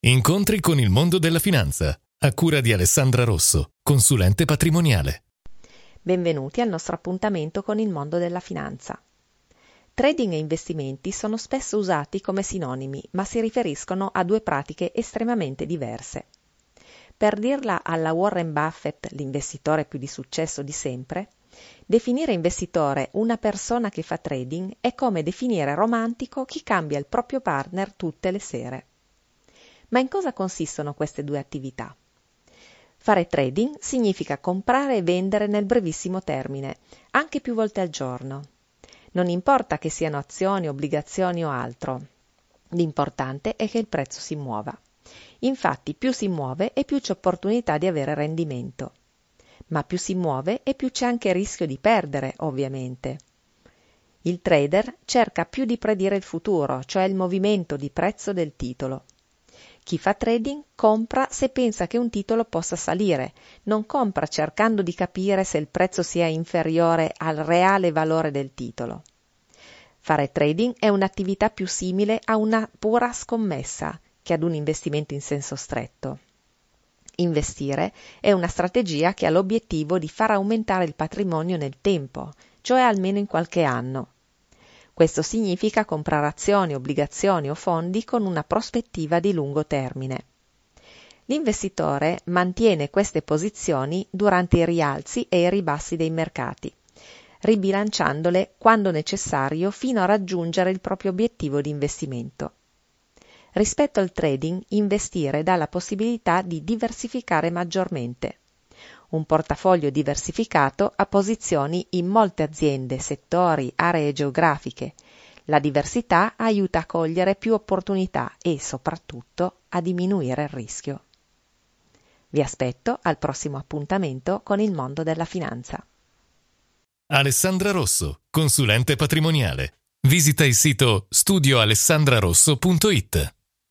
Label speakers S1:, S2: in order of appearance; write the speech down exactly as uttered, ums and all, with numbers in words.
S1: Incontri con il mondo della finanza, a cura di Alessandra Rosso, consulente patrimoniale.
S2: Benvenuti al nostro appuntamento con il mondo della finanza. Trading e investimenti sono spesso usati come sinonimi, ma si riferiscono a due pratiche estremamente diverse. Per dirla alla Warren Buffett, l'investitore più di successo di sempre, definire investitore una persona che fa trading è come definire romantico chi cambia il proprio partner tutte le sere. Ma in cosa consistono queste due attività? Fare trading significa comprare e vendere nel brevissimo termine, anche più volte al giorno. Non importa che siano azioni, obbligazioni o altro, l'importante è che il prezzo si muova. Infatti più si muove e più c'è opportunità di avere rendimento. Ma più si muove e più c'è anche il rischio di perdere, ovviamente. Il trader cerca più di predire il futuro, cioè il movimento di prezzo del titolo. Chi fa trading compra se pensa che un titolo possa salire, non compra cercando di capire se il prezzo sia inferiore al reale valore del titolo. Fare trading è un'attività più simile a una pura scommessa che ad un investimento in senso stretto. Investire è una strategia che ha l'obiettivo di far aumentare il patrimonio nel tempo, cioè almeno in qualche anno. Questo significa comprare azioni, obbligazioni o fondi con una prospettiva di lungo termine. L'investitore mantiene queste posizioni durante i rialzi e i ribassi dei mercati, ribilanciandole quando necessario fino a raggiungere il proprio obiettivo di investimento. Rispetto al trading, investire dà la possibilità di diversificare maggiormente. Un portafoglio diversificato ha posizioni in molte aziende, settori, aree geografiche. La diversità aiuta a cogliere più opportunità e, soprattutto, a diminuire il rischio. Vi aspetto al prossimo appuntamento con il mondo della finanza.
S1: Alessandra Rosso, consulente patrimoniale. Visita il sito studio alessandra rosso punto it.